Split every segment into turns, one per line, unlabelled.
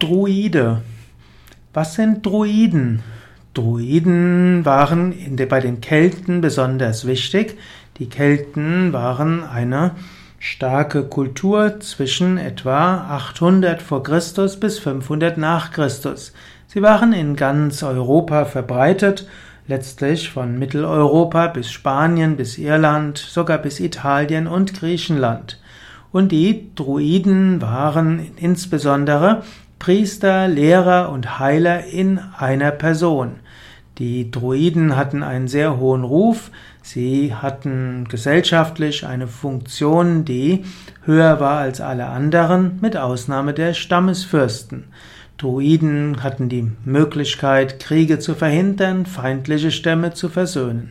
Druide. Was sind Druiden? Druiden waren bei den Kelten besonders wichtig. Die Kelten waren eine starke Kultur zwischen etwa 800 vor Christus bis 500 nach Christus. Sie waren in ganz Europa verbreitet, letztlich von Mitteleuropa bis Spanien, bis Irland, sogar bis Italien und Griechenland. Und die Druiden waren insbesondere Priester, Lehrer und Heiler in einer Person. Die Druiden hatten einen sehr hohen Ruf, sie hatten gesellschaftlich eine Funktion, die höher war als alle anderen, mit Ausnahme der Stammesfürsten. Druiden hatten die Möglichkeit, Kriege zu verhindern, feindliche Stämme zu versöhnen.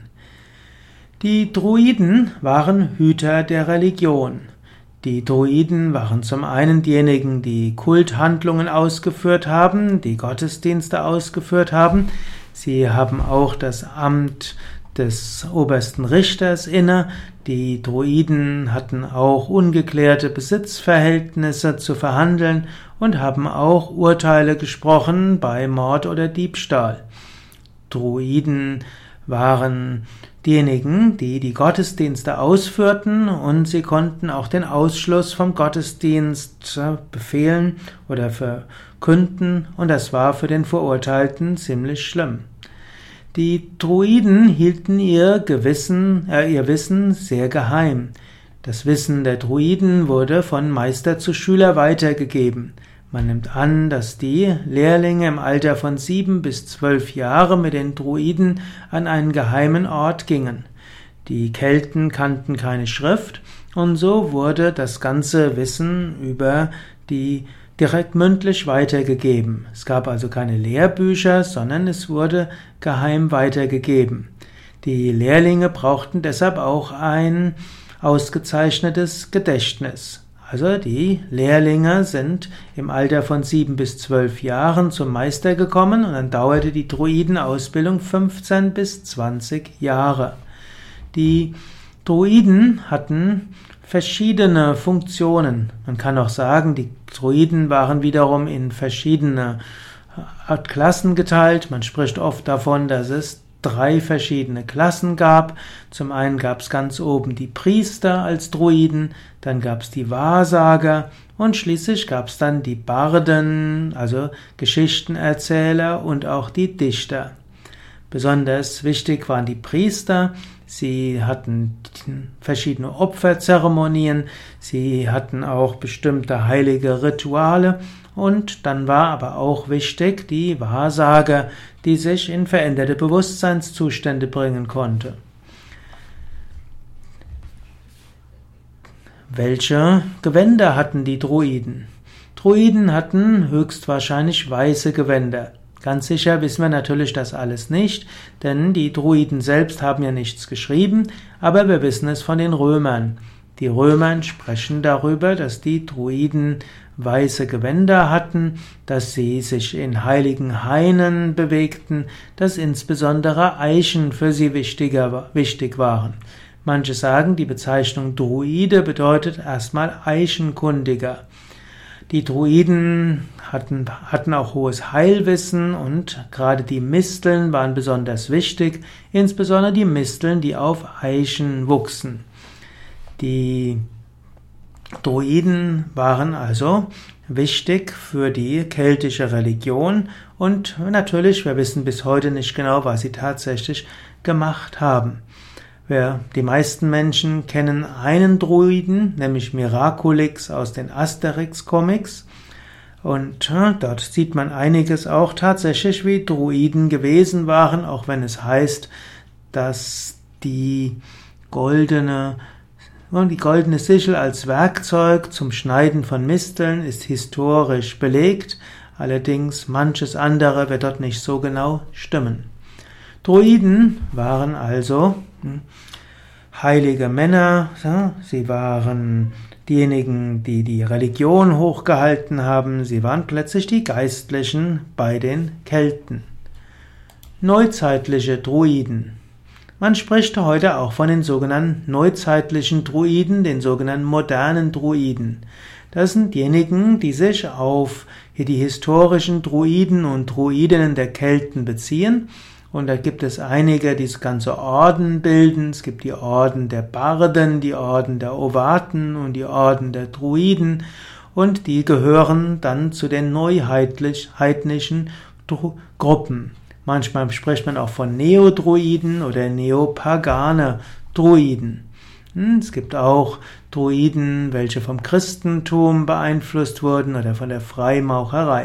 Die Druiden waren Hüter der Religion. Die Druiden waren zum einen diejenigen, die Kulthandlungen ausgeführt haben, die Gottesdienste ausgeführt haben. Sie haben auch das Amt des obersten Richters inne. Die Druiden hatten auch ungeklärte Besitzverhältnisse zu verhandeln und haben auch Urteile gesprochen bei Mord oder Diebstahl. Druiden waren diejenigen, die die Gottesdienste ausführten, und sie konnten auch den Ausschluss vom Gottesdienst befehlen oder verkünden, und das war für den Verurteilten ziemlich schlimm. Die Druiden hielten ihr Wissen sehr geheim. Das Wissen der Druiden wurde von Meister zu Schüler weitergegeben. Man nimmt an, dass die Lehrlinge im Alter von 7 bis 12 Jahre mit den Druiden an einen geheimen Ort gingen. Die Kelten kannten keine Schrift, und so wurde das ganze Wissen direkt mündlich weitergegeben. Es gab also keine Lehrbücher, sondern es wurde geheim weitergegeben. Die Lehrlinge brauchten deshalb auch ein ausgezeichnetes Gedächtnis. Also die Lehrlinge sind im Alter von 7 bis 12 Jahren zum Meister gekommen, und dann dauerte die Druidenausbildung 15 bis 20 Jahre. Die Druiden hatten verschiedene Funktionen. Man kann auch sagen, die Druiden waren wiederum in verschiedene Klassen geteilt. Man spricht oft davon, dass es 3 verschiedene Klassen gab. Zum einen gab es ganz oben die Priester als Druiden, dann gab es die Wahrsager und schließlich gab es dann die Barden, also Geschichtenerzähler, und auch die Dichter. Besonders wichtig waren die Priester. Sie hatten verschiedene Opferzeremonien, sie hatten auch bestimmte heilige Rituale, und dann war aber auch wichtig die Wahrsager, die sich in veränderte Bewusstseinszustände bringen konnte. Welche Gewänder hatten die Druiden? Druiden hatten höchstwahrscheinlich weiße Gewänder. Ganz sicher wissen wir natürlich das alles nicht, denn die Druiden selbst haben ja nichts geschrieben, aber wir wissen es von den Römern. Die Römer sprechen darüber, dass die Druiden weiße Gewänder hatten, dass sie sich in heiligen Hainen bewegten, dass insbesondere Eichen für sie wichtig waren. Manche sagen, die Bezeichnung Druide bedeutet erstmal Eichenkundiger. Die Druiden hatten auch hohes Heilwissen, und gerade die Misteln waren besonders wichtig, insbesondere die Misteln, die auf Eichen wuchsen. Die Druiden waren also wichtig für die keltische Religion, und natürlich, wir wissen bis heute nicht genau, was sie tatsächlich gemacht haben. Die meisten Menschen kennen einen Druiden, nämlich Miraculix aus den Asterix-Comics. Und dort sieht man einiges auch tatsächlich, wie Druiden gewesen waren, auch wenn es heißt, dass die goldene Sichel als Werkzeug zum Schneiden von Misteln ist historisch belegt. Allerdings manches andere wird dort nicht so genau stimmen. Druiden waren also heilige Männer, sie waren diejenigen, die die Religion hochgehalten haben, sie waren plötzlich die Geistlichen bei den Kelten. Neuzeitliche Druiden. Man spricht heute auch von den sogenannten neuzeitlichen Druiden, den sogenannten modernen Druiden. Das sind diejenigen, die sich auf die historischen Druiden und Druidinnen der Kelten beziehen. Und da gibt es einige, die das ganze Orden bilden. Es gibt die Orden der Barden, die Orden der Ovaten und die Orden der Druiden. Und die gehören dann zu den neuheidnischen Gruppen. Manchmal spricht man auch von Neodruiden oder neopagane Druiden. Es gibt auch Druiden, welche vom Christentum beeinflusst wurden oder von der Freimaucherei.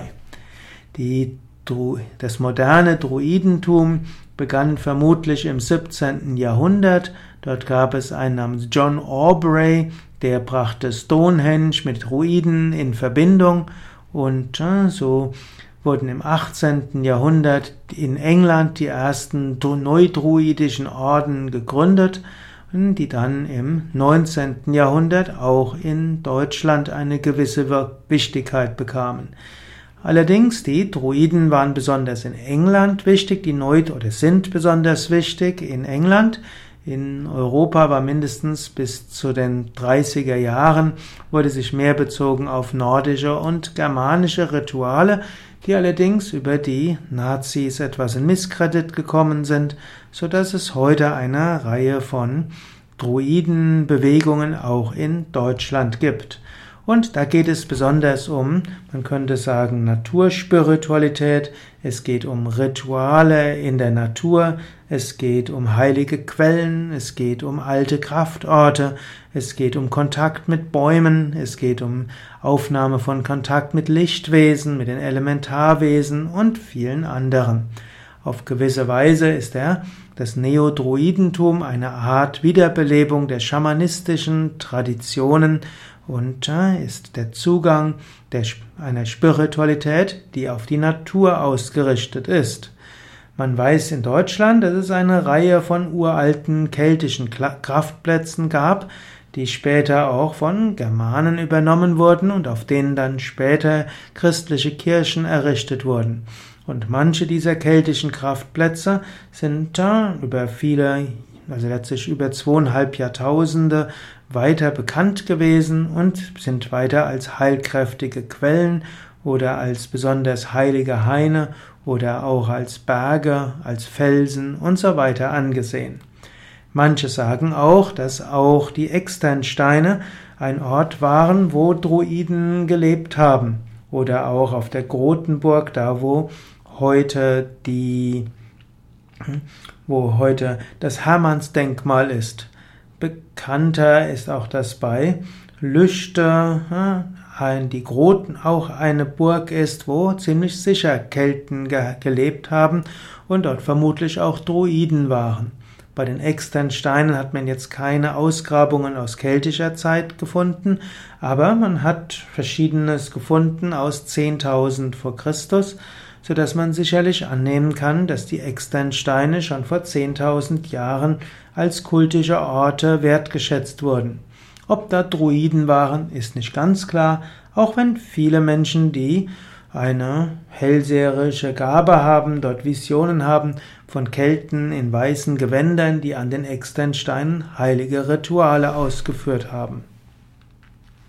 Das moderne Druidentum begann vermutlich im 17. Jahrhundert. Dort gab es einen namens John Aubrey, der brachte Stonehenge mit Druiden in Verbindung, und so wurden im 18. Jahrhundert in England die ersten neudruidischen Orden gegründet, die dann im 19. Jahrhundert auch in Deutschland eine gewisse Wichtigkeit bekamen. Allerdings, die Druiden waren besonders in England wichtig, sind besonders wichtig in England. In Europa war mindestens bis zu den 30er Jahren, wurde sich mehr bezogen auf nordische und germanische Rituale, die allerdings über die Nazis etwas in Misskredit gekommen sind, so dass es heute eine Reihe von Druidenbewegungen auch in Deutschland gibt. Und da geht es besonders um, man könnte sagen, Naturspiritualität, es geht um Rituale in der Natur, es geht um heilige Quellen, es geht um alte Kraftorte, es geht um Kontakt mit Bäumen, es geht um Aufnahme von Kontakt mit Lichtwesen, mit den Elementarwesen und vielen anderen. Auf gewisse Weise ist das Neodruidentum eine Art Wiederbelebung der schamanistischen Traditionen und ist der Zugang einer Spiritualität, die auf die Natur ausgerichtet ist. Man weiß in Deutschland, dass es eine Reihe von uralten keltischen Kraftplätzen gab, die später auch von Germanen übernommen wurden und auf denen dann später christliche Kirchen errichtet wurden. Und manche dieser keltischen Kraftplätze sind letztlich über 2,5 Jahrtausende weiter bekannt gewesen und sind weiter als heilkräftige Quellen oder als besonders heilige Haine oder auch als Berge, als Felsen und so weiter angesehen. Manche sagen auch, dass auch die Externsteine ein Ort waren, wo Druiden gelebt haben. Oder auch auf der Grotenburg, da wo heute das Hermannsdenkmal ist. Bekannter ist auch, dass bei Lüchte die Groten auch eine Burg ist, wo ziemlich sicher Kelten gelebt haben und dort vermutlich auch Druiden waren. Bei den Externsteinen hat man jetzt keine Ausgrabungen aus keltischer Zeit gefunden, aber man hat Verschiedenes gefunden aus 10.000 vor Christus, so dass man sicherlich annehmen kann, dass die Externsteine schon vor 10.000 Jahren als kultische Orte wertgeschätzt wurden. Ob da Druiden waren, ist nicht ganz klar, auch wenn viele Menschen, die eine hellseherische Gabe haben, dort Visionen haben von Kelten in weißen Gewändern, die an den Externsteinen heilige Rituale ausgeführt haben.